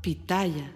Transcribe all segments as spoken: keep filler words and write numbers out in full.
Pitaya.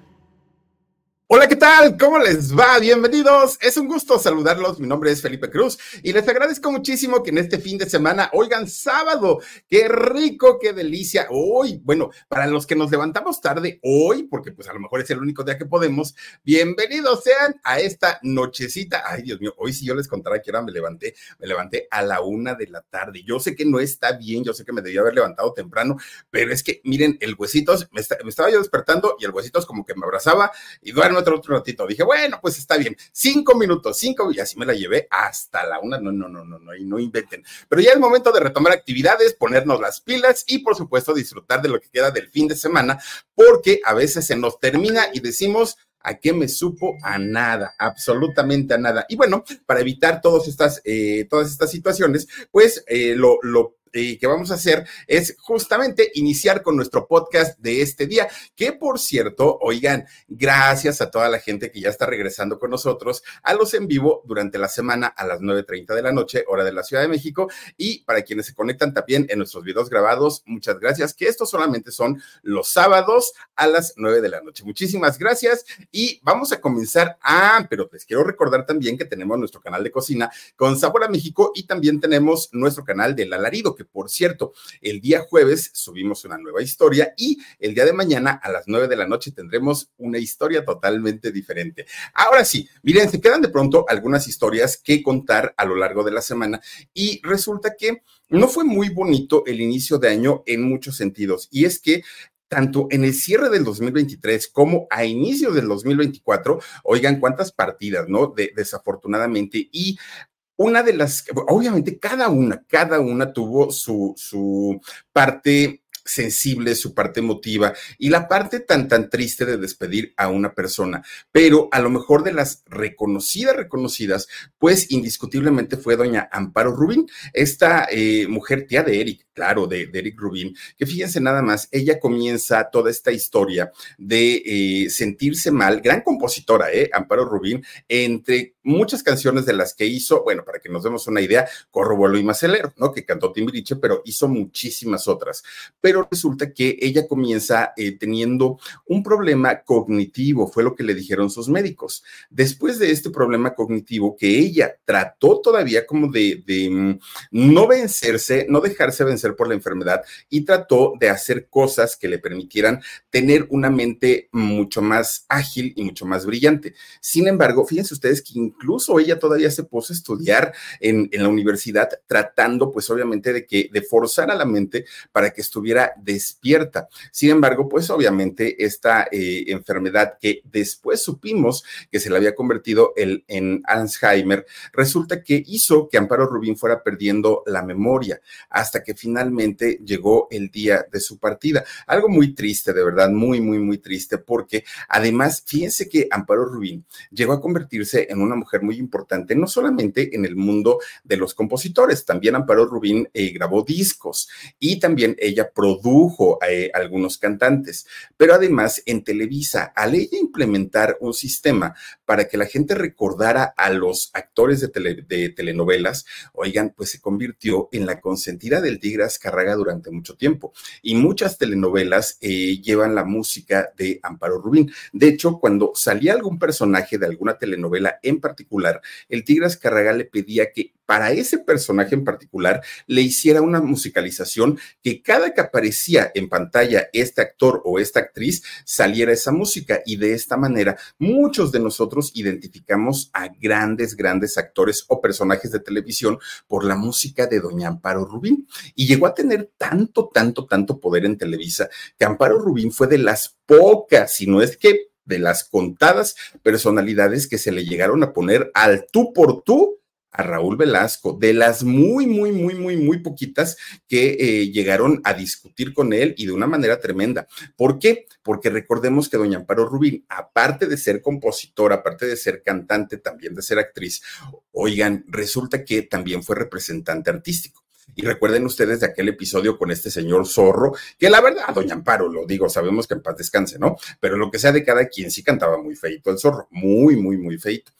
Hola, ¿qué tal? ¿Cómo les va? Bienvenidos. Es un gusto saludarlos. Mi nombre es Felipe Cruz y les agradezco muchísimo que en este fin de semana, oigan, sábado, qué rico, qué delicia. Hoy, bueno, para los que nos levantamos tarde hoy, porque pues a lo mejor es el único día que podemos, bienvenidos sean a esta nochecita. Ay, Dios mío, hoy si yo les contara que ahora me levanté, me levanté a la una de la tarde. Yo sé que no está bien, yo sé que me debía haber levantado temprano, pero es que miren, el Huesitos, me, está, me estaba yo despertando y el Huesitos como que me abrazaba y duerme otro, otro ratito. Dije, bueno, pues está bien. Cinco minutos, cinco, y así me la llevé hasta la una. No, no, no, no, no, y no inventen. Pero ya es momento de retomar actividades, ponernos las pilas y, por supuesto, disfrutar de lo que queda del fin de semana, porque a veces se nos termina y decimos, ¿a qué me supo? A nada, absolutamente a nada. Y bueno, para evitar todas estas, eh, todas estas situaciones, pues eh, lo, lo Eh, que vamos a hacer es justamente iniciar con nuestro podcast de este día, que por cierto, oigan, gracias a toda la gente que ya está regresando con nosotros a los en vivo durante la semana a las nueve treinta de la noche, hora de la Ciudad de México, y para quienes se conectan también en nuestros videos grabados, muchas gracias, que estos solamente son los sábados a las nueve de la noche. Muchísimas gracias y vamos a comenzar. Ah, pero les quiero recordar también que tenemos nuestro canal de cocina con Sabor a México y también tenemos nuestro canal del Alarido, que por cierto, el día jueves subimos una nueva historia y el día de mañana a las nueve de la noche tendremos una historia totalmente diferente. Ahora sí, miren, se quedan de pronto algunas historias que contar a lo largo de la semana y resulta que no fue muy bonito el inicio de año en muchos sentidos, y es que tanto en el cierre del dos mil veintitrés como a inicio del dos mil veinticuatro, oigan cuántas partidas, ¿no? De, desafortunadamente, y una de las, obviamente cada una, cada una tuvo su, su parte sensible, su parte emotiva y la parte tan, tan triste de despedir a una persona. Pero a lo mejor de las reconocidas, reconocidas, pues indiscutiblemente fue doña Amparo Rubín, esta eh, mujer, tía de Eric, claro, de, de Eric Rubín, que fíjense nada más, ella comienza toda esta historia de eh, sentirse mal, gran compositora, eh, Amparo Rubín, entre muchas canciones de las que hizo, bueno, para que nos demos una idea, Corro, Vuelo y Macelero, ¿no? Que cantó Timbiriche, pero hizo muchísimas otras. Pero Pero resulta que ella comienza eh, teniendo un problema cognitivo, fue lo que le dijeron sus médicos. Después de este problema cognitivo que ella trató todavía como de, de no vencerse, no dejarse vencer por la enfermedad y trató de hacer cosas que le permitieran tener una mente mucho más ágil y mucho más brillante. Sin embargo, fíjense ustedes que incluso ella todavía se puso a estudiar en, en la universidad tratando pues obviamente de que de forzar a la mente para que estuviera despierta. Sin embargo, pues obviamente esta eh, enfermedad que después supimos que se le había convertido el, en Alzheimer, resulta que hizo que Amparo Rubín fuera perdiendo la memoria hasta que finalmente llegó el día de su partida. Algo muy triste, de verdad, muy, muy, muy triste, porque además, fíjense que Amparo Rubín llegó a convertirse en una mujer muy importante, no solamente en el mundo de los compositores, también Amparo Rubín eh, grabó discos y también ella produjo produjo a eh, algunos cantantes, pero además en Televisa, al ella implementar un sistema para que la gente recordara a los actores de, tele, de telenovelas, oigan, pues se convirtió en la consentida del Tigre Azcárraga durante mucho tiempo, y muchas telenovelas eh, llevan la música de Amparo Rubín. De hecho, cuando salía algún personaje de alguna telenovela en particular, el Tigre Azcárraga le pedía que para ese personaje en particular le hiciera una musicalización, que cada que aparecía en pantalla este actor o esta actriz saliera esa música, y de esta manera muchos de nosotros identificamos a grandes, grandes actores o personajes de televisión por la música de doña Amparo Rubín, y llegó a tener tanto, tanto, tanto poder en Televisa que Amparo Rubín fue de las pocas, si no es que de las contadas personalidades que se le llegaron a poner al tú por tú a Raúl Velasco, de las muy, muy, muy, muy, muy poquitas que eh, llegaron a discutir con él, y de una manera tremenda. ¿Por qué? Porque recordemos que doña Amparo Rubín, aparte de ser compositora, aparte de ser cantante, también de ser actriz, oigan, resulta que también fue representante artístico. Y recuerden ustedes de aquel episodio con este señor Zorro, que la verdad, doña Amparo, lo digo, sabemos que en paz descanse, ¿no? Pero lo que sea de cada quien, sí cantaba muy feito el Zorro, muy, muy, muy feito.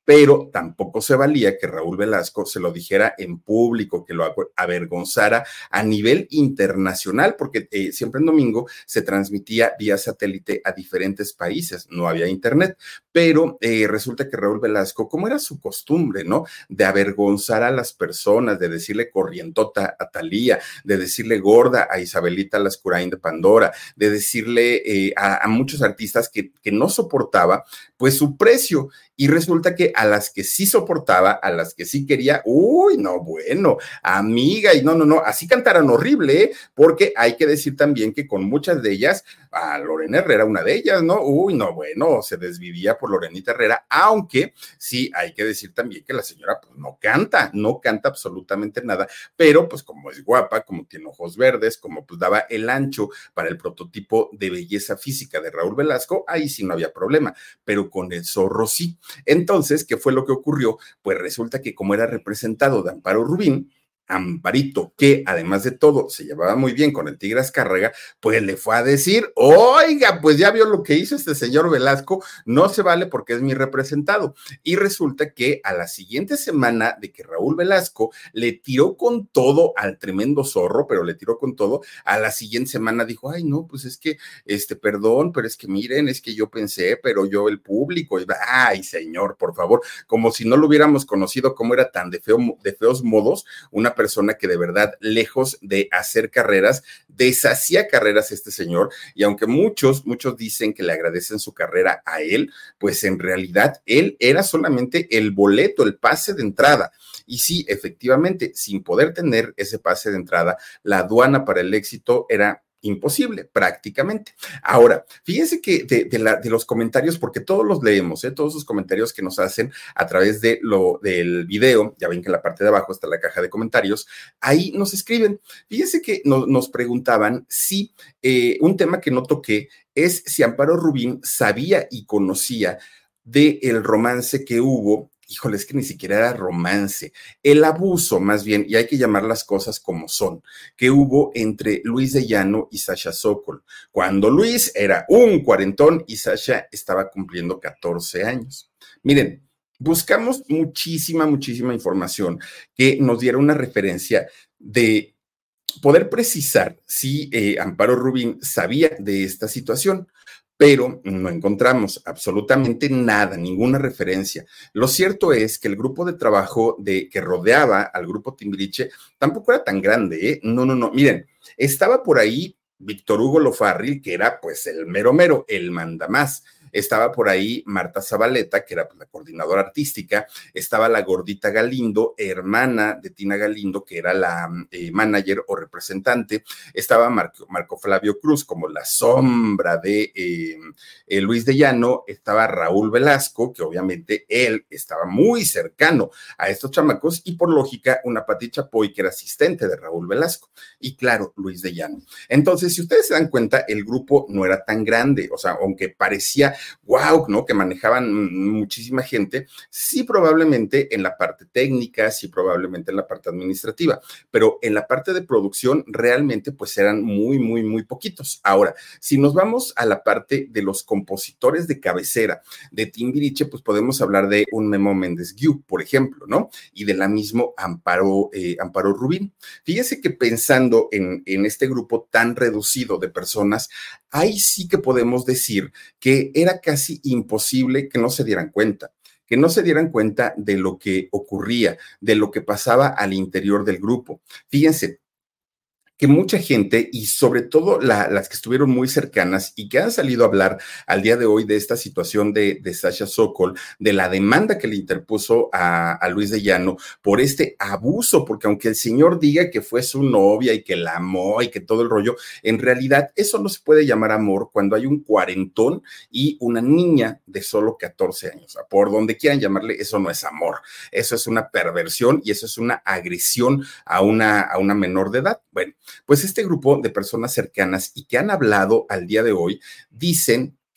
pero tampoco se valía que Raúl Velasco se lo dijera en público, que lo avergonzara a nivel internacional, porque eh, siempre en domingo se transmitía vía satélite a diferentes países, no había internet, pero eh, resulta que Raúl Velasco, como era su costumbre, ¿no? De avergonzar a las personas, de decirle corrientota a Thalía, de decirle gorda a Isabelita Lascurain de Pandora, de decirle eh, a, a muchos artistas que, que no soportaba, pues su precio. Y resulta que a las que sí soportaba, a las que sí quería, uy, no, bueno, amiga, y no, no, no, así cantaran horrible, ¿eh? Porque hay que decir también que con muchas de ellas, a Lorena Herrera, una de ellas, ¿no? Uy, no, bueno, se desvivía por Lorenita Herrera, aunque sí hay que decir también que la señora pues no canta, no canta absolutamente nada, pero pues como es guapa, como tiene ojos verdes, como pues daba el ancho para el prototipo de belleza física de Raúl Velasco, ahí sí no había problema, pero con el zorro sí. Entonces, ¿qué fue lo que ocurrió? Pues resulta que como era representado de Amparo Rubín, Amparito, que además de todo se llevaba muy bien con el Tigre Azcárraga, pues le fue a decir, oiga, pues ya vio lo que hizo este señor Velasco, no se vale porque es mi representado. Y resulta que a la siguiente semana de que Raúl Velasco le tiró con todo al tremendo zorro, pero le tiró con todo, a la siguiente semana dijo, ay, no, pues es que, este, perdón, pero es que miren, es que yo pensé, pero yo el público, ay, señor, por favor, como si no lo hubiéramos conocido, cómo era tan de, feo, de feos modos, una persona que de verdad, lejos de hacer carreras, deshacía carreras este señor, y aunque muchos, muchos dicen que le agradecen su carrera a él, pues en realidad él era solamente el boleto, el pase de entrada. Y sí, efectivamente, sin poder tener ese pase de entrada, la aduana para el éxito era imposible, prácticamente. Ahora, fíjense que de, de, la, de los comentarios, porque todos los leemos, ¿eh? Todos los comentarios que nos hacen a través de lo, del video, ya ven que en la parte de abajo está la caja de comentarios, ahí nos escriben. Fíjense que no, nos preguntaban si eh, un tema que no toqué es si Amparo Rubín sabía y conocía del romance que hubo. Híjole, es que ni siquiera era romance, el abuso más bien, y hay que llamar las cosas como son, que hubo entre Luis de Llano y Sasha Sokol, cuando Luis era un cuarentón y Sasha estaba cumpliendo catorce años. Miren, buscamos muchísima, muchísima información que nos diera una referencia de poder precisar si eh, Amparo Rubín sabía de esta situación, pero no encontramos absolutamente nada, ninguna referencia. Lo cierto es que el grupo de trabajo de, que rodeaba al grupo Timbiriche tampoco era tan grande, ¿eh? No, no, no. Miren, estaba por ahí Víctor Hugo Lofarril, que era pues el mero mero, el mandamás. Estaba por ahí Marta Zabaleta, que era pues, la coordinadora artística, estaba la gordita Galindo, hermana de Tina Galindo, que era la eh, manager o representante, estaba Marco, Marco Flavio Cruz como la sombra de eh, eh, Luis de Llano, estaba Raúl Velasco, que obviamente él estaba muy cercano a estos chamacos, y por lógica una Pati Chapoy, que era asistente de Raúl Velasco, y claro, Luis de Llano. Entonces, si ustedes se dan cuenta, el grupo no era tan grande, o sea, aunque parecía wow, ¿no? Que manejaban muchísima gente, sí probablemente en la parte técnica, sí probablemente en la parte administrativa, pero en la parte de producción realmente pues eran muy, muy, muy poquitos. Ahora, si nos vamos a la parte de los compositores de cabecera de Timbiriche, pues podemos hablar de un Memo Méndez Guiú, por ejemplo, ¿no? Y de la misma Amparo, eh, Amparo Rubín. Fíjese que pensando en, en este grupo tan reducido de personas, ahí sí que podemos decir que era casi imposible que no se dieran cuenta, que no se dieran cuenta de lo que ocurría, de lo que pasaba al interior del grupo. Fíjense que mucha gente, y sobre todo la, las que estuvieron muy cercanas y que han salido a hablar al día de hoy de esta situación de, de Sasha Sokol, de la demanda que le interpuso a, a Luis de Llano por este abuso, porque aunque el señor diga que fue su novia y que la amó y que todo el rollo, en realidad eso no se puede llamar amor cuando hay un cuarentón y una niña de solo catorce años. O sea, por donde quieran llamarle, eso no es amor, eso es una perversión y eso es una agresión a una, a una menor de edad. Bueno, pues este grupo de personas cercanas y que han hablado al día de hoy dicen que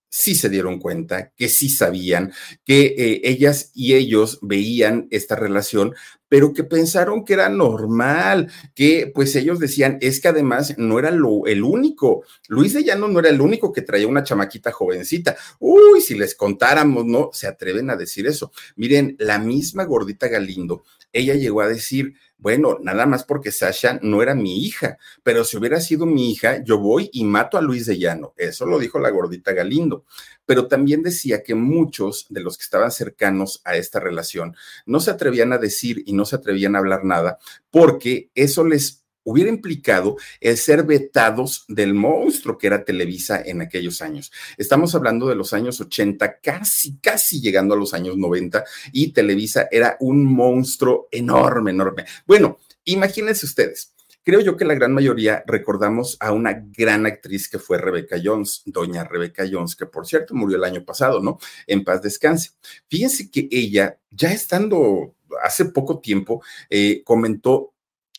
sí se dieron cuenta, que sí sabían, que eh, ellas y ellos veían esta relación, pero que pensaron que era normal, que pues ellos decían, es que además no era lo, el único, Luis de Llano no era el único que traía una chamaquita jovencita. Uy, si les contáramos, no se atreven a decir eso. Miren, la misma gordita Galindo, ella llegó a decir, bueno, nada más porque Sasha no era mi hija, pero si hubiera sido mi hija, yo voy y mato a Luis de Llano. Eso lo dijo la gordita Galindo. Pero también decía que muchos de los que estaban cercanos a esta relación no se atrevían a decir y no se atrevían a hablar nada porque eso les hubiera implicado el ser vetados del monstruo que era Televisa en aquellos años. Estamos hablando de los años ochenta, casi, casi llegando a los años noventa, y Televisa era un monstruo enorme, enorme. Bueno, imagínense ustedes. Creo yo que la gran mayoría recordamos a una gran actriz que fue Rebeca Jones, doña Rebeca Jones, que por cierto murió el año pasado, ¿no? En paz descanse. Fíjense que ella, ya estando hace poco tiempo, eh, comentó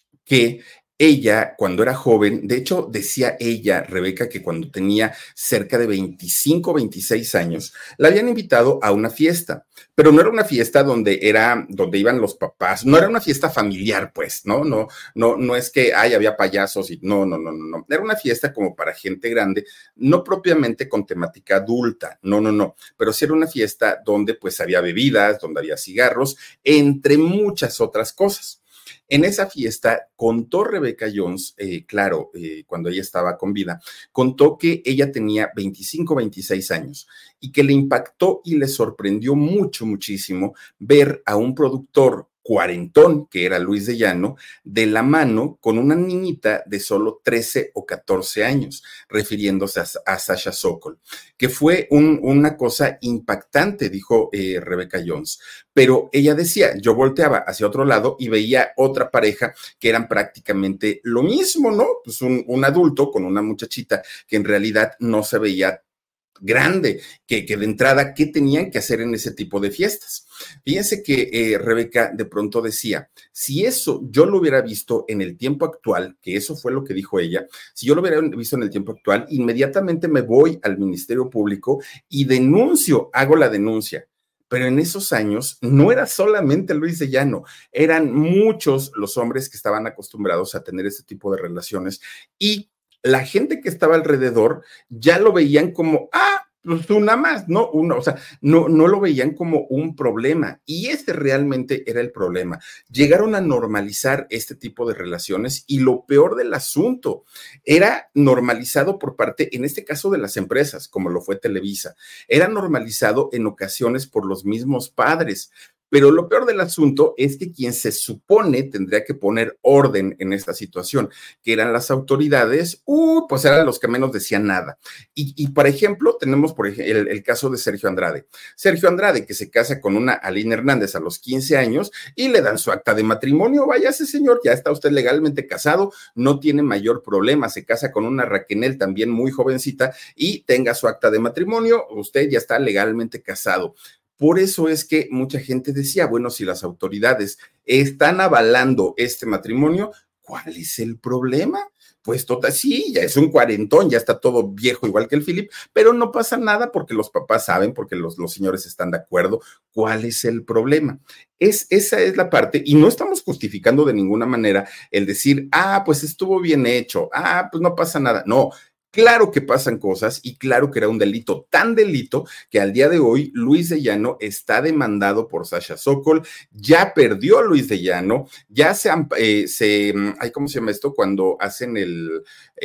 que ella, cuando era joven, de hecho, decía ella, Rebeca, que cuando tenía cerca de veinticinco, veintiséis años, la habían invitado a una fiesta, pero no era una fiesta donde era, donde iban los papás, no era una fiesta familiar, pues, ¿no? No, no, no es que, ay, había payasos y no, no, no, no, no. Era una fiesta como para gente grande, no propiamente con temática adulta, no, no, no, pero sí era una fiesta donde pues había bebidas, donde había cigarros, entre muchas otras cosas. En esa fiesta contó Rebeca Jones, eh, claro, eh, cuando ella estaba con vida, contó que ella tenía veinticinco, veintiséis años y que le impactó y le sorprendió mucho, muchísimo ver a un productor cuarentón, que era Luis de Llano, de la mano con una niñita de solo trece o catorce años, refiriéndose a, a Sasha Sokol, que fue un, una cosa impactante, dijo eh, Rebeca Jones. Pero ella decía, yo volteaba hacia otro lado y veía otra pareja que eran prácticamente lo mismo, ¿no? Pues un, un adulto con una muchachita que en realidad no se veía grande, que, que de entrada, ¿qué tenían que hacer en ese tipo de fiestas? Fíjense que eh, Rebeca de pronto decía, si eso yo lo hubiera visto en el tiempo actual, que eso fue lo que dijo ella, si yo lo hubiera visto en el tiempo actual, inmediatamente me voy al Ministerio Público y denuncio, hago la denuncia. Pero en esos años no era solamente Luis de Llano, eran muchos los hombres que estaban acostumbrados a tener ese tipo de relaciones y la gente que estaba alrededor ya lo veían como, ah, pues una más, ¿no? Uno, o sea, no, no lo veían como un problema. Y este realmente era el problema. Llegaron a normalizar este tipo de relaciones y lo peor del asunto era normalizado por parte, en este caso, de las empresas, como lo fue Televisa. Era normalizado en ocasiones por los mismos padres. Pero lo peor del asunto es que quien se supone tendría que poner orden en esta situación, que eran las autoridades, uh, pues eran los que menos decían nada. Y, y por ejemplo, tenemos por ejemplo, el, el caso de Sergio Andrade. Sergio Andrade, que se casa con una Aline Hernández a los quince años y le dan su acta de matrimonio. Vaya ese señor, ya está usted legalmente casado, no tiene mayor problema. Se casa con una Raquel también muy jovencita y tenga su acta de matrimonio, usted ya está legalmente casado. Por eso es que mucha gente decía, bueno, si las autoridades están avalando este matrimonio, ¿cuál es el problema? Pues total, sí, ya es un cuarentón, ya está todo viejo igual que el Philip, pero no pasa nada porque los papás saben, porque los, los señores están de acuerdo. ¿Cuál es el problema? Es, esa es la parte, y no estamos justificando de ninguna manera el decir, ah, pues estuvo bien hecho, ah, pues no pasa nada. No. Claro que pasan cosas y claro que era un delito, tan delito que al día de hoy Luis de Llano está demandado por Sasha Sokol, ya perdió Luis de Llano, ya se, eh, se ay, ¿cómo se llama esto? Cuando hacen el,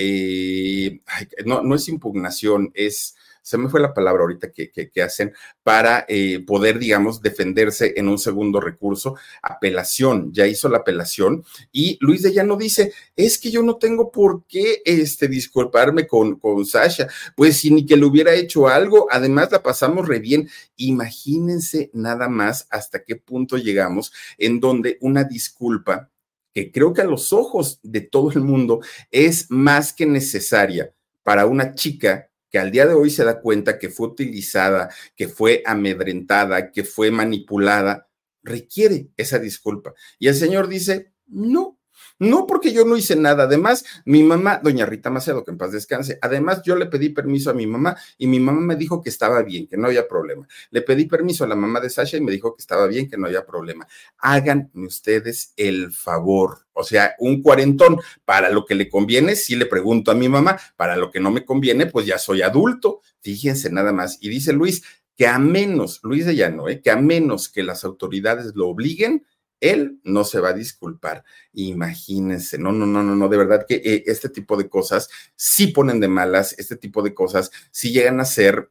eh, ay, no, no es impugnación, es... se me fue la palabra ahorita que, que, que hacen para eh, poder, digamos, defenderse en un segundo recurso, apelación, ya hizo la apelación y Luis de Llano dice, es que yo no tengo por qué este, disculparme con, con Sasha, pues si ni que le hubiera hecho algo, además la pasamos re bien. Imagínense nada más hasta qué punto llegamos en donde una disculpa, que creo que a los ojos de todo el mundo es más que necesaria para una chica que al día de hoy se da cuenta que fue utilizada, que fue amedrentada, que fue manipulada, requiere esa disculpa. Y el señor dice, no, No, porque yo no hice nada. Además, mi mamá, doña Rita Macedo, que en paz descanse, además yo le pedí permiso a mi mamá y mi mamá me dijo que estaba bien, que no había problema. Le pedí permiso a la mamá de Sasha y me dijo que estaba bien, que no había problema. Háganme ustedes el favor. O sea, un cuarentón, para lo que le conviene, sí le pregunto a mi mamá, para lo que no me conviene, pues ya soy adulto. Fíjense nada más. Y dice Luis que a menos, Luis de Llano, ¿eh? que a menos que las autoridades lo obliguen, él no se va a disculpar. Imagínense, no, no, no, no, no, de verdad que eh, este tipo de cosas sí ponen de malas, este tipo de cosas sí llegan a ser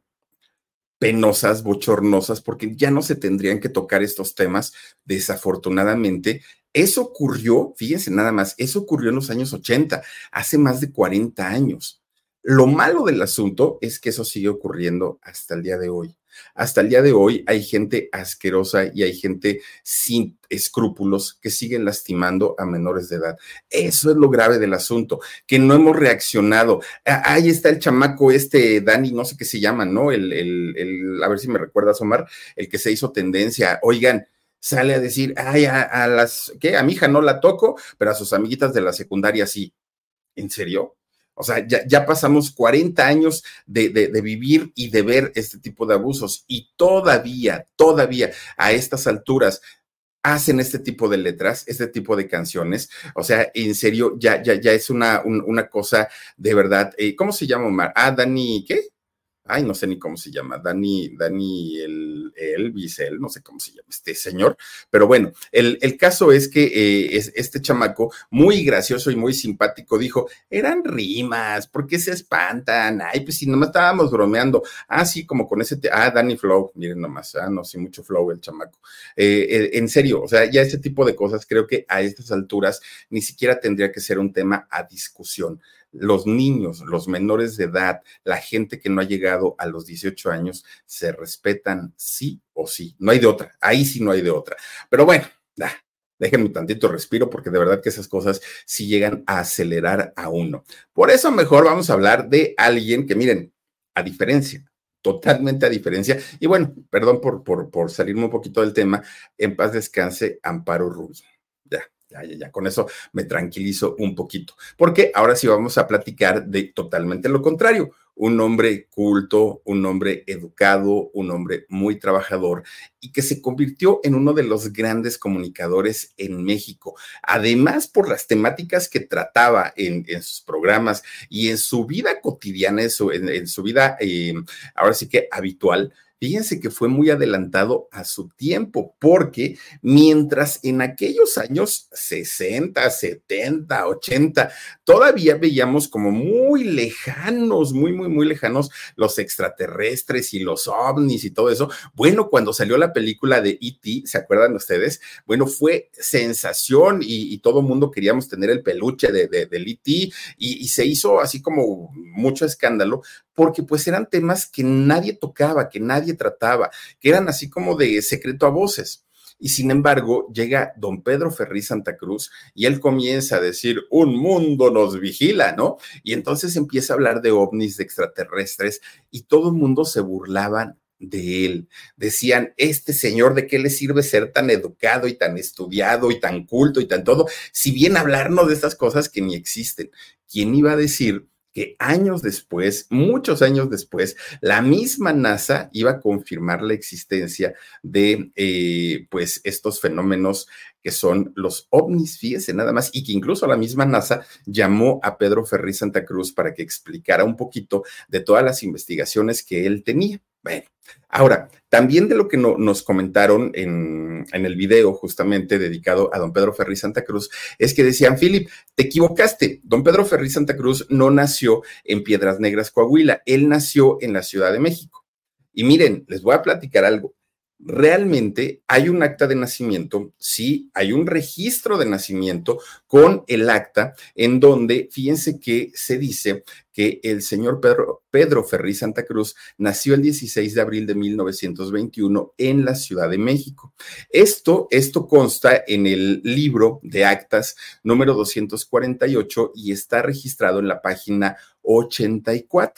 penosas, bochornosas, porque ya no se tendrían que tocar estos temas, desafortunadamente. Eso ocurrió, fíjense nada más, eso ocurrió en los años ochenta, hace más de cuarenta años. Lo malo del asunto es que eso sigue ocurriendo hasta el día de hoy. Hasta el día de hoy hay gente asquerosa y hay gente sin escrúpulos que siguen lastimando a menores de edad. Eso es lo grave del asunto, que no hemos reaccionado. Ahí está el chamaco este, Dani, no sé qué se llama, ¿no? El, el, el, a ver si me recuerdas, Omar, el que se hizo tendencia. Oigan, sale a decir, ay, a, a las, ¿qué? A mi hija no la toco, pero a sus amiguitas de la secundaria sí. ¿En serio? O sea, ya, ya pasamos cuarenta años de, de, de vivir y de ver este tipo de abusos y todavía, todavía a estas alturas hacen este tipo de letras, este tipo de canciones. O sea, en serio, ya, ya, ya es una, un, una cosa de verdad. Eh, ¿Cómo se llama, Omar? Ah, Dani, ¿qué? Ay, no sé ni cómo se llama, Dani, Dani, el, Elvis, él, no sé cómo se llama este señor, pero bueno, el, el caso es que eh, es, este chamaco, muy gracioso y muy simpático, dijo, eran rimas, ¿por qué se espantan? Ay, pues si nomás estábamos bromeando, ah, sí, como con ese, te ah, Danny Flow, miren nomás, ah, no, sí, mucho flow el chamaco, eh, eh, en serio, o sea, ya este tipo de cosas creo que a estas alturas ni siquiera tendría que ser un tema a discusión. Los niños, los menores de edad, la gente que no ha llegado a los dieciocho años, se respetan sí o sí. No hay de otra. Ahí sí no hay de otra. Pero bueno, nah, déjenme tantito respiro porque de verdad que esas cosas sí llegan a acelerar a uno. Por eso mejor vamos a hablar de alguien que, miren, a diferencia, totalmente a diferencia. Y bueno, perdón por, por, por salirme un poquito del tema. En paz descanse Amparo Rubio. Ya. Ya, ya, ya, con eso me tranquilizo un poquito, porque ahora sí vamos a platicar de totalmente lo contrario, un hombre culto, un hombre educado, un hombre muy trabajador y que se convirtió en uno de los grandes comunicadores en México, además por las temáticas que trataba en, en sus programas y en su vida cotidiana, en su, en, en su vida, eh, ahora sí que habitual. Fíjense que fue muy adelantado a su tiempo, porque mientras en aquellos años sesenta, setenta, ochenta, todavía veíamos como muy lejanos, muy, muy, muy lejanos los extraterrestres y los ovnis y todo eso. Bueno, cuando salió la película de E T, ¿se acuerdan ustedes? Bueno, fue sensación y, y todo el mundo queríamos tener el peluche de, de, del E T y, y se hizo así como mucho escándalo, porque pues eran temas que nadie tocaba, que nadie trataba, que eran así como de secreto a voces. Y sin embargo, llega don Pedro Ferriz Santa Cruz y él comienza a decir, un mundo nos vigila, ¿no? Y entonces empieza a hablar de ovnis, de extraterrestres, y todo el mundo se burlaban de él. Decían, este señor, ¿de qué le sirve ser tan educado y tan estudiado y tan culto y tan todo? Si viene a hablarnos de estas cosas que ni existen. ¿Quién iba a decir que años después, muchos años después, la misma NASA iba a confirmar la existencia de eh, pues estos fenómenos que son los ovnis, fíjese nada más, y que incluso la misma NASA llamó a Pedro Ferriz Santa Cruz para que explicara un poquito de todas las investigaciones que él tenía. Bueno, ahora, también de lo que no, nos comentaron en, en el video justamente dedicado a don Pedro Ferriz Santa Cruz, es que decían, Philip, te equivocaste, don Pedro Ferriz Santa Cruz no nació en Piedras Negras, Coahuila, él nació en la Ciudad de México. Y miren, les voy a platicar algo. Realmente hay un acta de nacimiento, sí, hay un registro de nacimiento con el acta en donde, fíjense que se dice que el señor Pedro, Pedro Ferriz Santa Cruz nació el dieciséis de abril de mil novecientos veintiuno en la Ciudad de México. Esto, esto consta en el libro de actas número doscientos cuarenta y ocho y está registrado en la página ochenta y cuatro.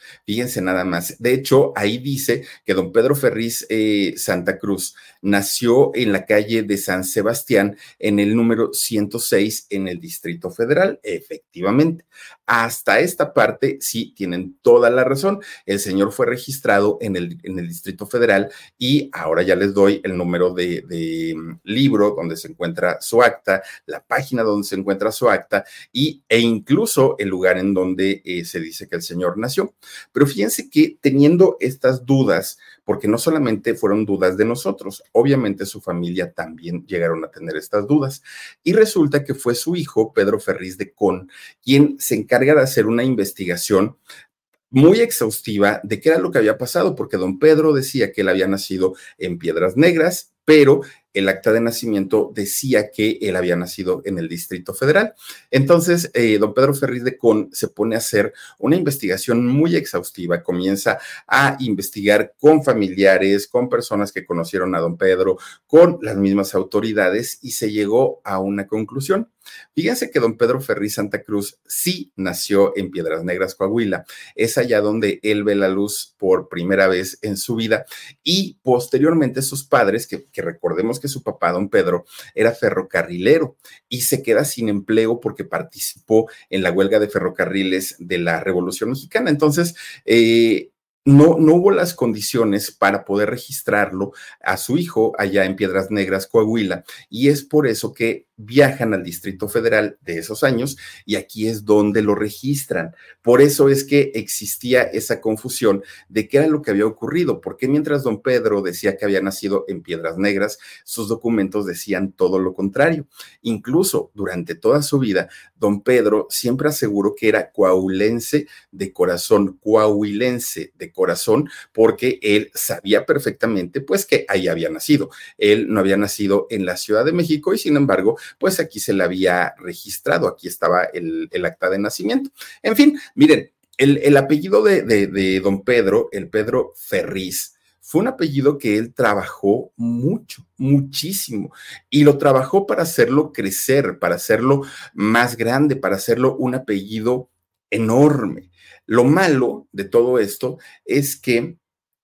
Fíjense nada más. De hecho, ahí dice que don Pedro Ferriz eh, Santa Cruz nació en la calle de San Sebastián, en el número ciento seis, en el Distrito Federal. Efectivamente, hasta esta parte sí tienen toda la razón. El señor fue registrado en el, en el Distrito Federal y ahora ya les doy el número de, de um, libro donde se encuentra su acta, la página donde se encuentra su acta y, e incluso el lugar en donde eh, se dice que el señor nació. Pero fíjense que teniendo estas dudas, porque no solamente fueron dudas de nosotros, obviamente su familia también llegaron a tener estas dudas. Y resulta que fue su hijo, Pedro Ferriz de Con, quien se encarga de hacer una investigación muy exhaustiva de qué era lo que había pasado, porque don Pedro decía que él había nacido en Piedras Negras, pero el acta de nacimiento decía que él había nacido en el Distrito Federal. Entonces, eh, don Pedro Ferriz de Con se pone a hacer una investigación muy exhaustiva, comienza a investigar con familiares, con personas que conocieron a don Pedro, con las mismas autoridades y se llegó a una conclusión. Fíjense que don Pedro Ferriz Santa Cruz sí nació en Piedras Negras, Coahuila. Es allá donde él ve la luz por primera vez en su vida y posteriormente sus padres, que, que recordemos que su papá, don Pedro, era ferrocarrilero y se queda sin empleo porque participó en la huelga de ferrocarriles de la Revolución Mexicana. Entonces, eh, No, no hubo las condiciones para poder registrarlo a su hijo allá en Piedras Negras, Coahuila, y es por eso que viajan al Distrito Federal de esos años y aquí es donde lo registran. Por eso es que existía esa confusión de qué era lo que había ocurrido, porque mientras don Pedro decía que había nacido en Piedras Negras, sus documentos decían todo lo contrario. Incluso durante toda su vida, don Pedro siempre aseguró que era coahuilense de corazón, coahuilense de corazón, porque él sabía perfectamente pues que ahí había nacido. Él no había nacido en la Ciudad de México y sin embargo, pues aquí se le había registrado, aquí estaba el, el acta de nacimiento. En fin, miren, el, el apellido de, de, de don Pedro, el Pedro Ferriz, fue un apellido que él trabajó mucho, muchísimo, y lo trabajó para hacerlo crecer, para hacerlo más grande, para hacerlo un apellido enorme. Lo malo de todo esto es que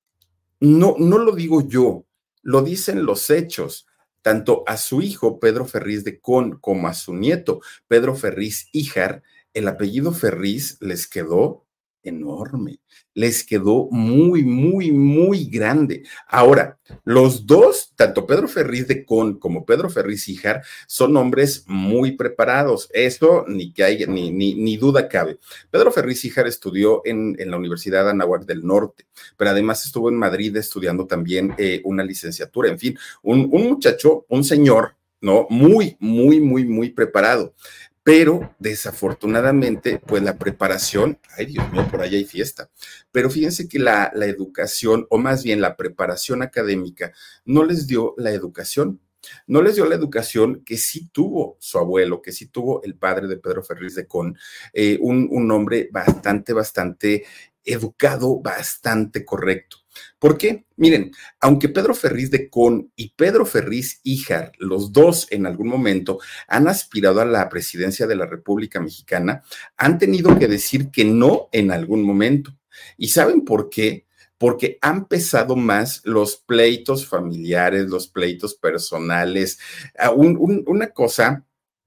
no, no lo digo yo, lo dicen los hechos. Tanto a su hijo, Pedro Ferriz de Con, como a su nieto, Pedro Ferriz Híjar, el apellido Ferriz les quedó enorme, les quedó muy, muy, muy grande. Ahora, los dos, tanto Pedro Ferriz de Con como Pedro Ferriz Híjar, son hombres muy preparados. Eso ni que haya, ni, ni, ni duda cabe. Pedro Ferriz Híjar estudió en, en la Universidad Anáhuac del Norte, pero además estuvo en Madrid estudiando también eh, una licenciatura. En fin, un, un muchacho, un señor, ¿no? Muy, muy, muy, muy preparado. Pero desafortunadamente, pues la preparación, ay Dios mío, por ahí hay fiesta, pero fíjense que la, la educación, o más bien la preparación académica, no les dio la educación, no les dio la educación que sí tuvo su abuelo, que sí tuvo el padre de Pedro Ferriz de Con, eh, un, un hombre bastante, bastante educado, bastante correcto. ¿Por qué? Miren, aunque Pedro Ferriz de Con y Pedro Ferriz Híjar, los dos en algún momento han aspirado a la presidencia de la República Mexicana, han tenido que decir que no en algún momento. ¿Y saben por qué? Porque han pesado más los pleitos familiares, los pleitos personales, un, un, una cosa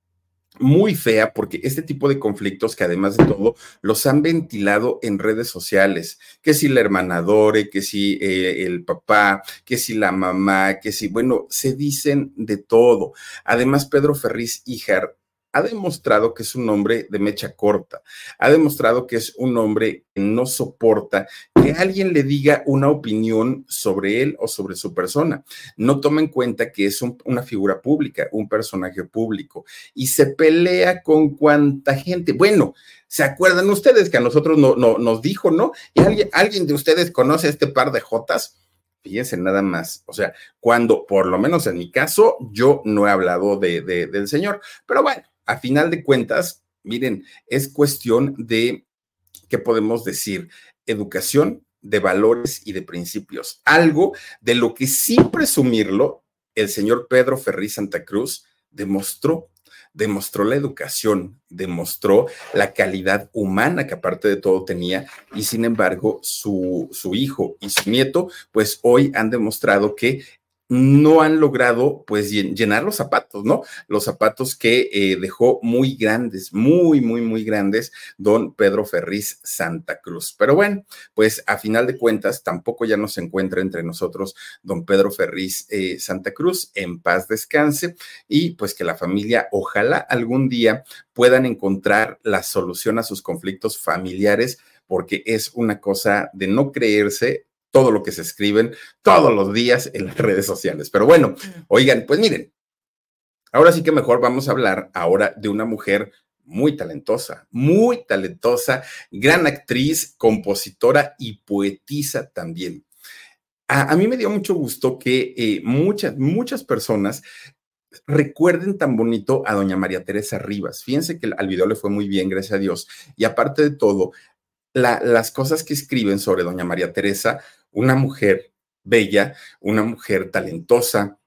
muy fea, porque este tipo de conflictos que además de todo los han ventilado en redes sociales, que si la hermanadore, que si eh, el papá, que si la mamá, que si, bueno, se dicen de todo. Además, Pedro Ferriz Híjar ha demostrado que es un hombre de mecha corta, ha demostrado que es un hombre que no soporta que alguien le diga una opinión sobre él o sobre su persona. No toma en cuenta que es un, una figura pública, un personaje público, y se pelea con cuanta gente. Bueno, ¿se acuerdan ustedes que a nosotros no, no, nos dijo, no? ¿Y alguien, alguien de ustedes conoce a este par de jotas? Fíjense nada más, o sea, cuando, por lo menos en mi caso, yo no he hablado de, de, del señor, pero bueno, a final de cuentas, miren, es cuestión de, ¿qué podemos decir? Educación, de valores y de principios. Algo de lo que sin presumirlo, el señor Pedro Ferriz Santa Cruz demostró. demostró la educación, demostró la calidad humana que aparte de todo tenía, y sin embargo su, su hijo y su nieto pues hoy han demostrado que no han logrado pues llenar los zapatos, ¿no? Los zapatos que eh, dejó muy grandes, muy, muy, muy grandes don Pedro Ferriz Santa Cruz. Pero bueno, pues a final de cuentas tampoco ya no se encuentra entre nosotros don Pedro Ferriz eh, Santa Cruz, en paz descanse, y pues que la familia ojalá algún día puedan encontrar la solución a sus conflictos familiares, porque es una cosa de no creerse todo lo que se escriben todos los días en las redes sociales. Pero bueno, oigan, pues miren, ahora sí que mejor vamos a hablar ahora de una mujer muy talentosa, muy talentosa, gran actriz, compositora y poetisa también. A, a mí me dio mucho gusto que eh, muchas, muchas personas recuerden tan bonito a doña María Teresa Rivas. Fíjense que al video le fue muy bien, gracias a Dios. Y aparte de todo, La, las cosas que escriben sobre doña María Teresa, una mujer bella, una mujer talentosa,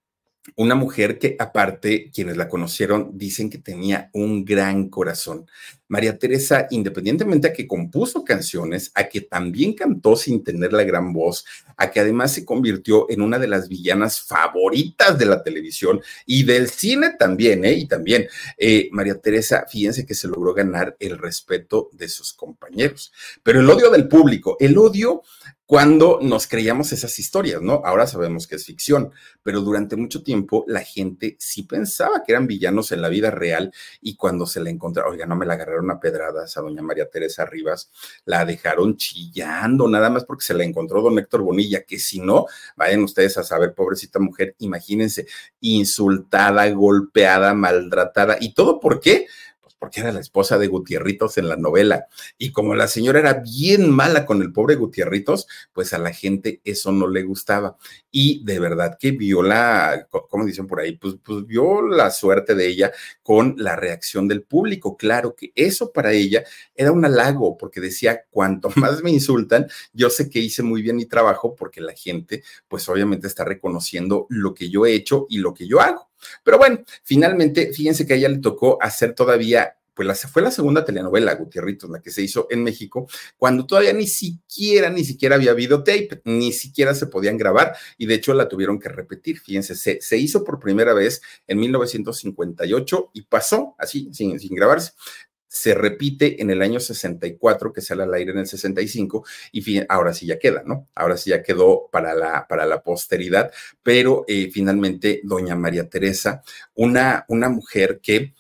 una mujer que aparte, quienes la conocieron dicen que tenía un gran corazón. María Teresa, independientemente a que compuso canciones, a que también cantó sin tener la gran voz, a que además se convirtió en una de las villanas favoritas de la televisión y del cine también, ¿eh? Y también, eh, María Teresa, fíjense que se logró ganar el respeto de sus compañeros, pero el odio del público, el odio cuando nos creíamos esas historias, ¿no? Ahora sabemos que es ficción, pero durante mucho tiempo la gente sí pensaba que eran villanos en la vida real, y cuando se la encontraron, oiga, no me la agarraron a pedradas a doña María Teresa Rivas, la dejaron chillando, nada más porque se la encontró don Héctor Bonilla, que si no, vayan ustedes a saber, pobrecita mujer, imagínense, insultada, golpeada, maltratada, ¿y todo por qué? Porque era la esposa de Gutierritos en la novela. Y como la señora era bien mala con el pobre Gutierritos, pues a la gente eso no le gustaba. Y de verdad que vio la, ¿cómo dicen por ahí? Pues, pues vio la suerte de ella con la reacción del público. Claro que eso para ella era un halago, porque decía, cuanto más me insultan, yo sé que hice muy bien mi trabajo, porque la gente, pues obviamente está reconociendo lo que yo he hecho y lo que yo hago. Pero bueno, finalmente, fíjense que a ella le tocó hacer todavía, pues la, fue la segunda telenovela, Gutierritos, la que se hizo en México, cuando todavía ni siquiera, ni siquiera había videotape, ni siquiera se podían grabar, y de hecho la tuvieron que repetir. Fíjense, se, se hizo por primera vez en mil novecientos cincuenta y ocho y pasó así, sin, sin grabarse. Se repite en el año sesenta y cuatro, que sale al aire en el sesenta y cinco, y fin, ahora sí ya queda, ¿no? Ahora sí ya quedó para la, para la posteridad, pero eh, finalmente doña María Teresa, una, una mujer que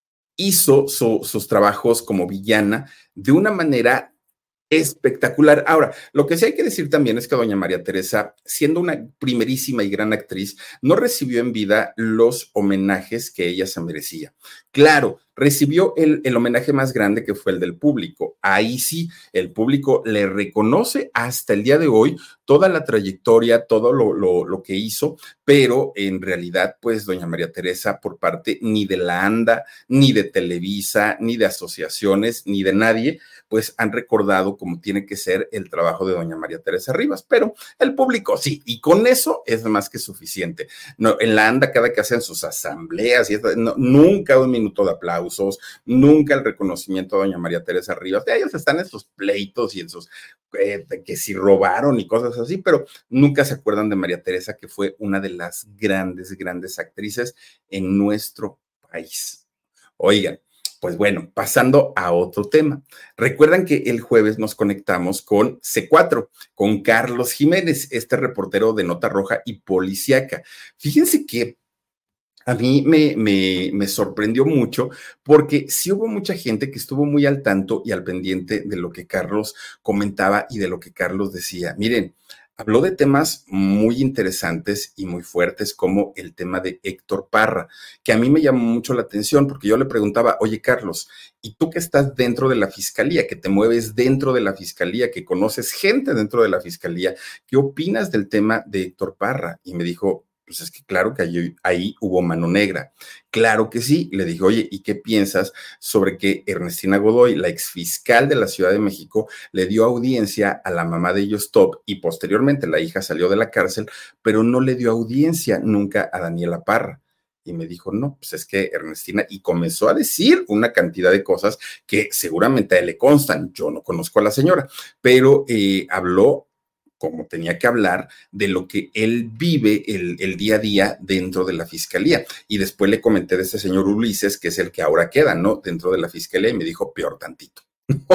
hizo su, sus trabajos como villana de una manera espectacular. Ahora, lo que sí hay que decir también es que doña María Teresa, siendo una primerísima y gran actriz, no recibió en vida los homenajes que ella se merecía. Claro, recibió el, el homenaje más grande, que fue el del público. Ahí sí, el público le reconoce hasta el día de hoy toda la trayectoria, todo lo, lo, lo que hizo, pero en realidad, pues, doña María Teresa, por parte ni de la ANDA, ni de Televisa, ni de asociaciones, ni de nadie, pues han recordado como tiene que ser el trabajo de doña María Teresa Rivas, pero el público sí, y con eso es más que suficiente. No, en la ANDA, cada que hacen sus asambleas, y esto, no, nunca un minuto de aplausos, nunca el reconocimiento a doña María Teresa Rivas. De ellos están en sus pleitos y en sus, eh, que si robaron y cosas así, pero nunca se acuerdan de María Teresa, que fue una de las grandes, grandes actrices en nuestro país. Oigan, pues bueno, pasando a otro tema. Recuerdan que el jueves nos conectamos con C cuatro, con Carlos Jiménez, este reportero de Nota Roja y policíaca. Fíjense que a mí me, me, me sorprendió mucho, porque sí hubo mucha gente que estuvo muy al tanto y al pendiente de lo que Carlos comentaba y de lo que Carlos decía. Miren, habló de temas muy interesantes y muy fuertes, como el tema de Héctor Parra, que a mí me llamó mucho la atención, porque yo le preguntaba, oye, Carlos, ¿y tú que estás dentro de la fiscalía, que te mueves dentro de la fiscalía, que conoces gente dentro de la fiscalía, qué opinas del tema de Héctor Parra? Y me dijo, pues es que claro que ahí, ahí hubo mano negra. Claro que sí. Le dije, oye, ¿y qué piensas sobre que Ernestina Godoy, la exfiscal de la Ciudad de México, le dio audiencia a la mamá de Yostop y posteriormente la hija salió de la cárcel, pero no le dio audiencia nunca a Daniela Parra? Y me dijo, no, pues es que Ernestina, y comenzó a decir una cantidad de cosas que seguramente a él le constan. Yo no conozco a la señora, pero eh, habló como tenía que hablar de lo que él vive el, el día a día dentro de la fiscalía. Y después le comenté de este señor Ulises, que es el que ahora queda, ¿no? Dentro de la fiscalía, y me dijo, peor tantito.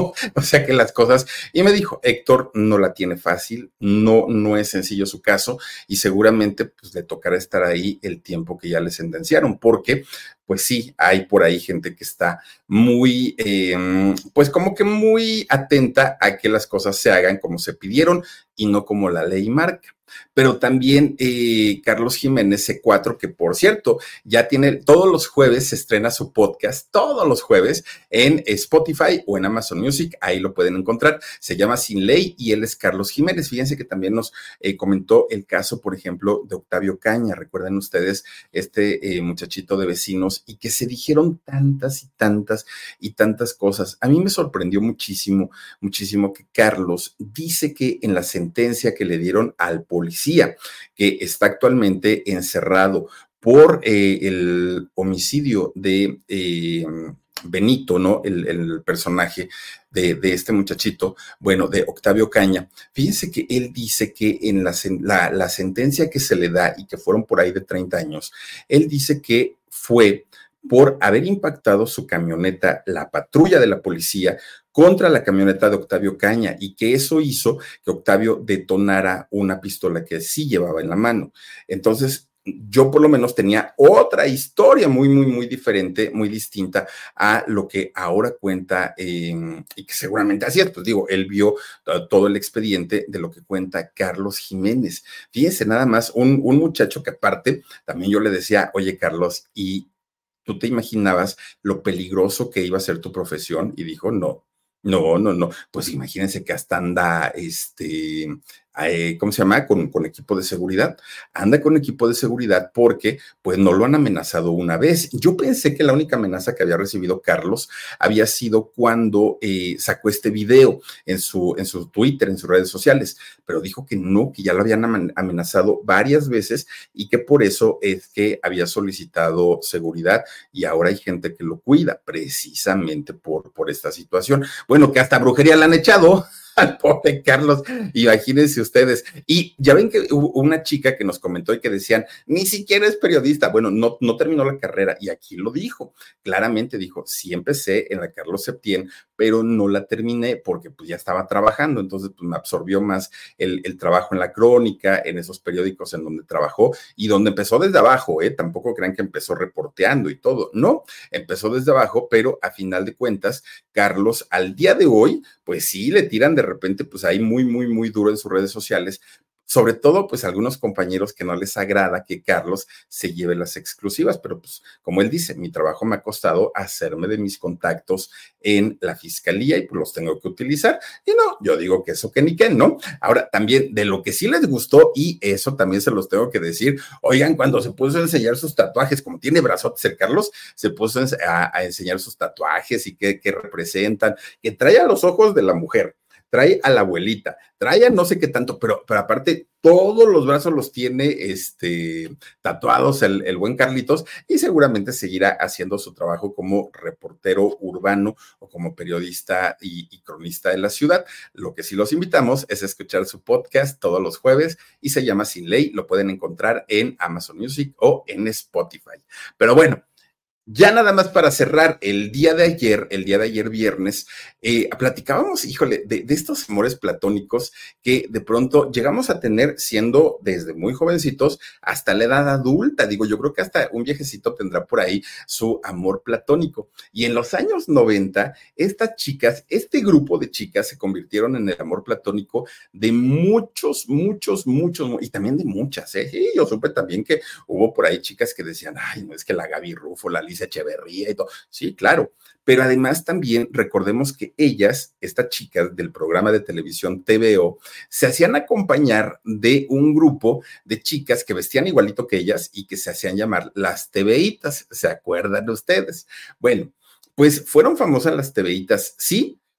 O sea que las cosas, y me dijo, Héctor no la tiene fácil, no, no es sencillo su caso, y seguramente pues le tocará estar ahí el tiempo que ya le sentenciaron, porque pues sí, hay por ahí gente que está muy, eh, pues como que muy atenta a que las cosas se hagan como se pidieron y no como la ley marca. Pero también eh, Carlos Jiménez C cuatro, que por cierto, ya tiene, todos los jueves se estrena su podcast, todos los jueves en Spotify o en Amazon Music, ahí lo pueden encontrar, se llama Sin Ley y él es Carlos Jiménez. Fíjense que también nos eh, comentó el caso, por ejemplo, de Octavio Caña, recuerden ustedes, este eh, muchachito de Vecinos, y que se dijeron tantas y tantas y tantas cosas. A mí me sorprendió muchísimo, muchísimo que Carlos dice que en la sentencia que le dieron al policía, que está actualmente encerrado por eh, el homicidio de eh, Benito, ¿no? El, el personaje de, de este muchachito, bueno, de Octavio Caña. Fíjense que él dice que en la, la, la sentencia que se le da, y que fueron por ahí de treinta años, él dice que fue por haber impactado su camioneta, la patrulla de la policía, contra la camioneta de Octavio Caña, y que eso hizo que Octavio detonara una pistola que sí llevaba en la mano. Entonces, yo por lo menos tenía otra historia muy, muy, muy diferente, muy distinta a lo que ahora cuenta, eh, y que seguramente así es, pues digo, él vio uh, todo el expediente de lo que cuenta Carlos Jiménez. Fíjense nada más, un, un muchacho que aparte, también yo le decía, oye Carlos, ¿y tú te imaginabas lo peligroso que iba a ser tu profesión? Y dijo, no. No, no, no. Pues imagínense que hasta anda, este, eh, ¿cómo se llama? Con, con equipo de seguridad. Anda con equipo de seguridad porque, pues, no lo han amenazado una vez. Yo pensé que la única amenaza que había recibido Carlos había sido cuando eh, sacó este video en su, en su Twitter, en sus redes sociales, pero dijo que no, que ya lo habían amenazado varias veces y que por eso es que había solicitado seguridad y ahora hay gente que lo cuida precisamente por, por esta situación. Bueno, que hasta brujería le han echado al pobre Carlos, imagínense ustedes. Y ya ven que hubo una chica que nos comentó y que decían, ni siquiera es periodista. Bueno, no, no terminó la carrera y aquí lo dijo, claramente dijo, sí empecé en la Carlos Septién, pero no la terminé porque pues ya estaba trabajando, entonces pues me absorbió más el, el trabajo en la crónica, en esos periódicos en donde trabajó y donde empezó desde abajo, ¿eh? Tampoco crean que empezó reporteando y todo, no, empezó desde abajo, pero a final de cuentas, Carlos al día de hoy, pues sí le tiran de repente, pues ahí muy, muy, muy duro en sus redes sociales, sobre todo, pues algunos compañeros que no les agrada que Carlos se lleve las exclusivas, pero pues como él dice, mi trabajo me ha costado hacerme de mis contactos en la fiscalía y pues los tengo que utilizar. Y no, yo digo que eso que ni qué, ¿no? Ahora, también de lo que sí les gustó, y eso también se los tengo que decir, oigan, cuando se puso a enseñar sus tatuajes, como tiene brazotes el Carlos, se puso a, a enseñar sus tatuajes y qué, qué representan, que trae a los ojos de la mujer, trae a la abuelita, trae a no sé qué tanto, pero, pero aparte todos los brazos los tiene este, tatuados el, el buen Carlitos y seguramente seguirá haciendo su trabajo como reportero urbano o como periodista y, y cronista de la ciudad. Lo que sí los invitamos es a escuchar su podcast todos los jueves y se llama Sin Ley, lo pueden encontrar en Amazon Music o en Spotify. Pero bueno, ya nada más para cerrar, el día de ayer, el día de ayer viernes, eh, platicábamos, híjole, de, de estos amores platónicos que de pronto llegamos a tener siendo desde muy jovencitos hasta la edad adulta. Digo, yo creo que hasta un viejecito tendrá por ahí su amor platónico. Y en los años noventa, estas chicas, este grupo de chicas se convirtieron en el amor platónico de muchos, muchos, muchos, y también de muchas, ¿eh? Y yo supe también que hubo por ahí chicas que decían, ay, no es que la Gaby Rufo, la Alicia Echeverría y todo. Sí, claro. Pero además también recordemos que ellas, estas chicas del programa de televisión T V O, se hacían acompañar de un grupo de chicas que vestían igualito que ellas y que se hacían llamar las TVitas. ¿Se acuerdan ustedes? Bueno, pues fueron famosas las TVitas, sí,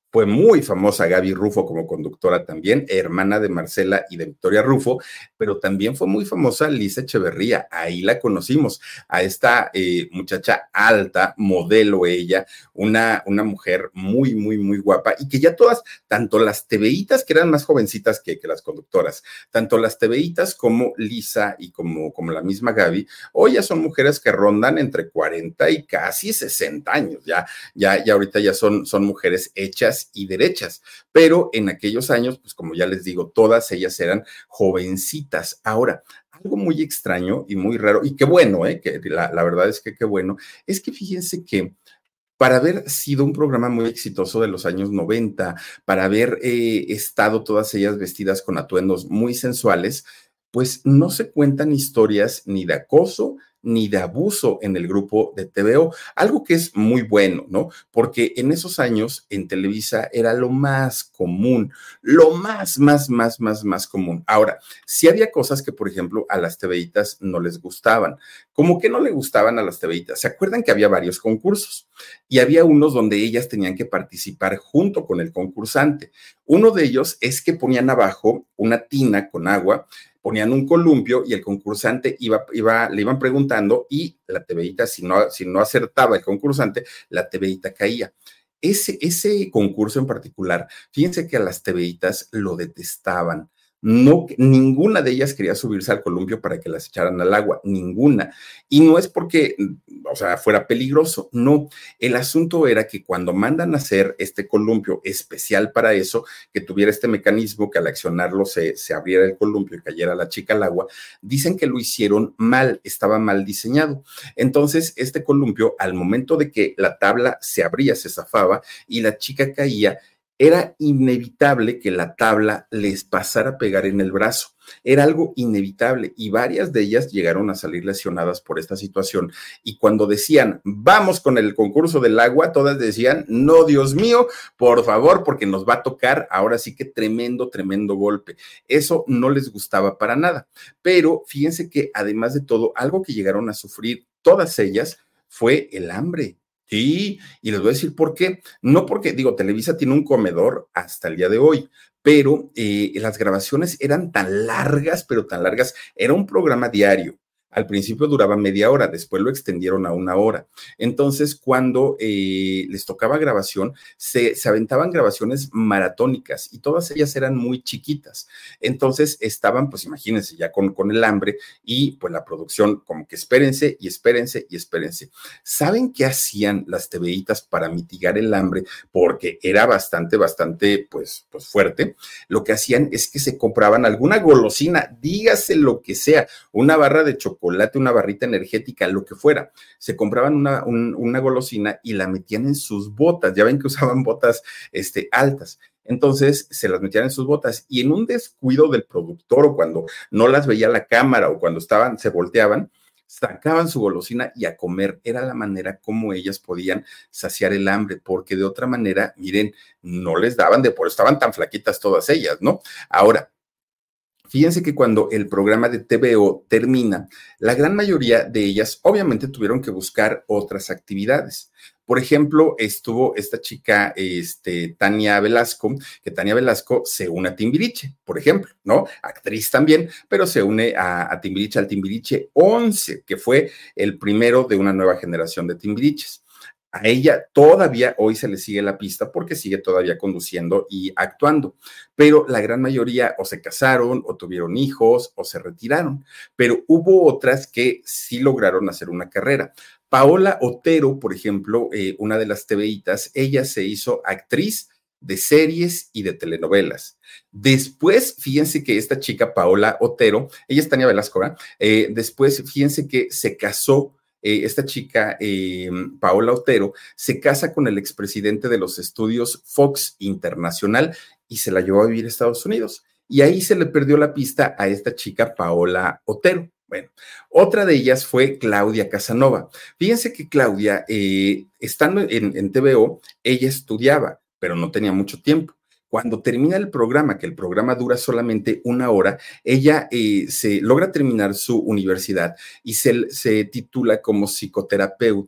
Fue muy famosa Gaby Rufo como conductora también, hermana de Marcela y de Victoria Rufo, pero también fue muy famosa Lisa Echeverría. Ahí la conocimos, a esta eh, muchacha alta, modelo ella, una, una mujer muy, muy, muy guapa y que ya todas, tanto las TVitas, que eran más jovencitas que, que las conductoras, tanto las TVitas como Lisa y como, como la misma Gaby, hoy ya son mujeres que rondan entre cuarenta y casi sesenta años, ya, ya, ya ahorita ya son, son mujeres hechas y derechas, pero en aquellos años, pues como ya les digo, todas ellas eran jovencitas. Ahora, algo muy extraño y muy raro, y qué bueno, ¿eh? Que la, la verdad es que qué bueno, es que fíjense que para haber sido un programa muy exitoso de los años noventa, para haber eh, estado todas ellas vestidas con atuendos muy sensuales, pues no se cuentan historias ni de acoso ni de abuso en el grupo de T V O, algo que es muy bueno, ¿no? Porque en esos años en Televisa era lo más común, lo más, más, más, más, más común. Ahora, sí había cosas que, por ejemplo, a las TVitas no les gustaban. ¿Cómo que no le gustaban a las TVitas? ¿Se acuerdan que había varios concursos? Y había unos donde ellas tenían que participar junto con el concursante. Uno de ellos es que ponían abajo una tina con agua, ponían un columpio y el concursante iba, iba, le iban preguntando y la TVita, si no, si no acertaba el concursante, la TVita caía. Ese, ese concurso en particular, fíjense que a las TVitas lo detestaban. No, ninguna de ellas quería subirse al columpio para que las echaran al agua, ninguna. Y no es porque, o sea, fuera peligroso, no. El asunto era que cuando mandan a hacer este columpio especial para eso, que tuviera este mecanismo que al accionarlo se, se abriera el columpio y cayera la chica al agua, dicen que lo hicieron mal, estaba mal diseñado. Entonces, este columpio, al momento de que la tabla se abría, se zafaba y la chica caía, era inevitable que la tabla les pasara a pegar en el brazo. Era algo inevitable y varias de ellas llegaron a salir lesionadas por esta situación. Y cuando decían, vamos con el concurso del agua, todas decían, no, Dios mío, por favor, porque nos va a tocar ahora sí que tremendo, tremendo golpe. Eso no les gustaba para nada. Pero fíjense que además de todo, algo que llegaron a sufrir todas ellas fue el hambre. Sí, y les voy a decir por qué. No porque, digo, Televisa tiene un comedor hasta el día de hoy, pero eh, las grabaciones eran tan largas, pero tan largas. Era un programa diario. Al principio duraba media hora, después lo extendieron a una hora. Entonces, cuando eh, les tocaba grabación, se, se aventaban grabaciones maratónicas y todas ellas eran muy chiquitas. Entonces, estaban, pues imagínense, ya con, con el hambre y pues la producción como que espérense y espérense y espérense. ¿Saben qué hacían las TVitas para mitigar el hambre? Porque era bastante, bastante, pues, pues fuerte. Lo que hacían es que se compraban alguna golosina, dígase lo que sea, una barra de chocolate, chocolate, una barrita energética, lo que fuera. Se compraban una, un, una golosina y la metían en sus botas. Ya ven que usaban botas este, altas. Entonces se las metían en sus botas y en un descuido del productor o cuando no las veía la cámara o cuando estaban, se volteaban, sacaban su golosina y a comer. Era la manera como ellas podían saciar el hambre, porque de otra manera, miren, no les daban de por estaban tan flaquitas todas ellas, ¿no? Ahora, fíjense que cuando el programa de T V O termina, la gran mayoría de ellas obviamente tuvieron que buscar otras actividades. Por ejemplo, estuvo esta chica, este, Tania Velasco, que Tania Velasco se une a Timbiriche, por ejemplo, ¿no? Actriz también, pero se une a, a Timbiriche, al Timbiriche once, que fue el primero de una nueva generación de Timbiriches. A ella todavía hoy se le sigue la pista porque sigue todavía conduciendo y actuando, pero la gran mayoría o se casaron o tuvieron hijos o se retiraron, pero hubo otras que sí lograron hacer una carrera. Paola Otero, por ejemplo, eh, una de las TVitas, ella se hizo actriz de series y de telenovelas. Después, fíjense que esta chica, Paola Otero, ella es Tania Velasco, ¿verdad? Eh, después, fíjense que se casó. Eh, esta chica, eh, Paola Otero, se casa con el expresidente de los estudios Fox Internacional y se la llevó a vivir a Estados Unidos. Y ahí se le perdió la pista a esta chica, Paola Otero. Bueno, otra de ellas fue Claudia Casanova. Fíjense que Claudia, eh, estando en, en T V O, ella estudiaba, pero no tenía mucho tiempo. Cuando termina el programa, que el programa dura solamente una hora, ella eh, se logra terminar su universidad y se, se titula como psicoterapeuta.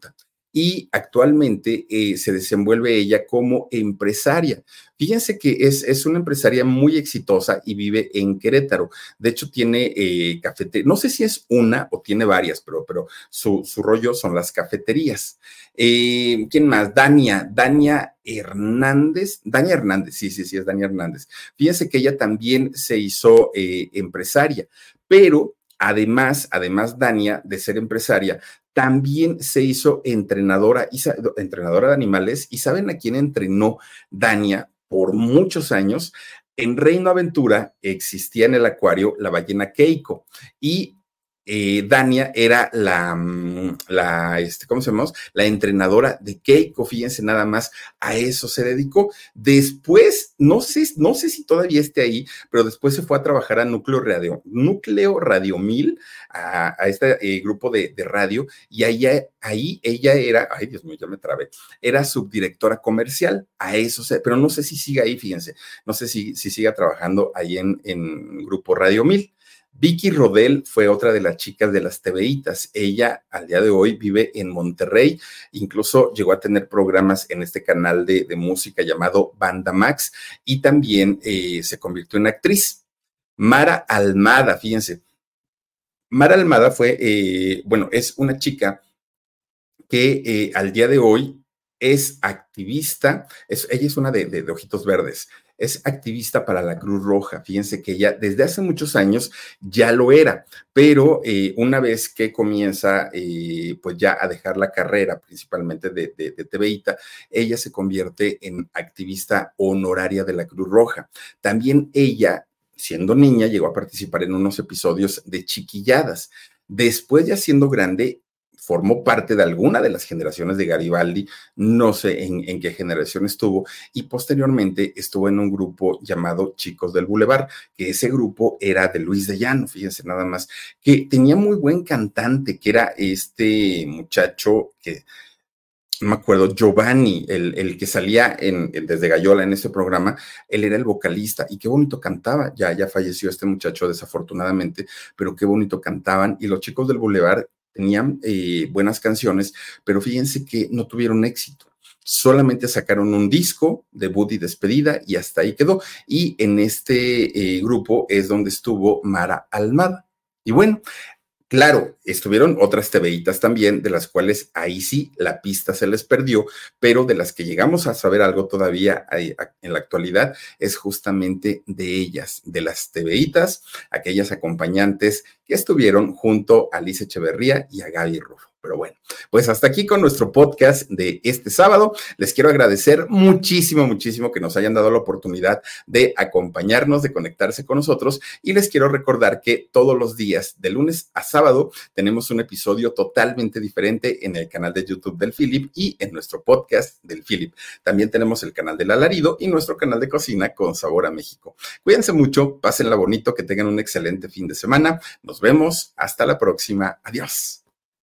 y actualmente eh, se desenvuelve ella como empresaria. Fíjense que es, es una empresaria muy exitosa y vive en Querétaro. De hecho, tiene eh, cafetería, no sé si es una o tiene varias, pero, pero su, su rollo son las cafeterías. Eh, ¿Quién más? Dania, Dania Hernández, Dania Hernández, sí, sí, sí, es Dania Hernández. Fíjense que ella también se hizo eh, empresaria, pero además, además, Dania, de ser empresaria, también se hizo entrenadora, y, entrenadora de animales. ¿Y saben a quién entrenó Dania por muchos años? En Reino Aventura existía en el acuario la ballena Keiko y eh, Dania era la, la este, ¿cómo se llama? La entrenadora de Keiko, fíjense nada más, a eso se dedicó. Después, no sé, no sé si todavía esté ahí, pero después se fue a trabajar a Núcleo Radio, Núcleo Radio Mil, a, a este eh, grupo de, de radio, y ahí, ahí ella era, ay Dios mío, ya me trabé, era subdirectora comercial, a eso se, pero no sé si sigue ahí, fíjense, no sé si, si siga trabajando ahí en, en Grupo Radio Mil. Vicky Rodel fue otra de las chicas de las TVitas. Ella al día de hoy vive en Monterrey, incluso llegó a tener programas en este canal de, de música llamado Banda Max y también eh, se convirtió en actriz. Mara Almada, fíjense. Mara Almada fue, eh, bueno, es una chica que eh, al día de hoy es activista, es, ella es una de, de, de ojitos verdes, es activista para la Cruz Roja. Fíjense que ella desde hace muchos años ya lo era, pero eh, una vez que comienza eh, pues ya a dejar la carrera, principalmente de, de, de TViTA, ella se convierte en activista honoraria de la Cruz Roja. También ella, siendo niña, llegó a participar en unos episodios de Chiquilladas. Después, ya siendo grande, formó parte de alguna de las generaciones de Garibaldi, no sé en, en qué generación estuvo, y posteriormente estuvo en un grupo llamado Chicos del Boulevard, que ese grupo era de Luis de Llano, fíjense nada más, que tenía muy buen cantante, que era este muchacho que no me acuerdo, Giovanni, el, el que salía en, en, desde Gallola en este programa, él era el vocalista y qué bonito cantaba. Ya, ya falleció este muchacho desafortunadamente, pero qué bonito cantaban. Y los Chicos del Boulevard tenían eh, buenas canciones, pero fíjense que no tuvieron éxito. Solamente sacaron un disco, debut y despedida, y hasta ahí quedó. Y en este eh, grupo es donde estuvo Mara Almada. Y bueno, claro, estuvieron otras TVitas también, de las cuales ahí sí la pista se les perdió, pero de las que llegamos a saber algo todavía en la actualidad es justamente de ellas, de las TVitas, aquellas acompañantes que estuvieron junto a Alice Echeverría y a Gaby Rufo. Pero bueno, pues hasta aquí con nuestro podcast de este sábado. Les quiero agradecer muchísimo, muchísimo que nos hayan dado la oportunidad de acompañarnos, de conectarse con nosotros, y les quiero recordar que todos los días, de lunes a sábado, tenemos un episodio totalmente diferente en el canal de YouTube del Philip y en nuestro podcast del Philip. También tenemos el canal del Alarido y nuestro canal de cocina con sabor a México. Cuídense mucho, pásenla bonito, que tengan un excelente fin de semana. Nos vemos, hasta la próxima. Adiós.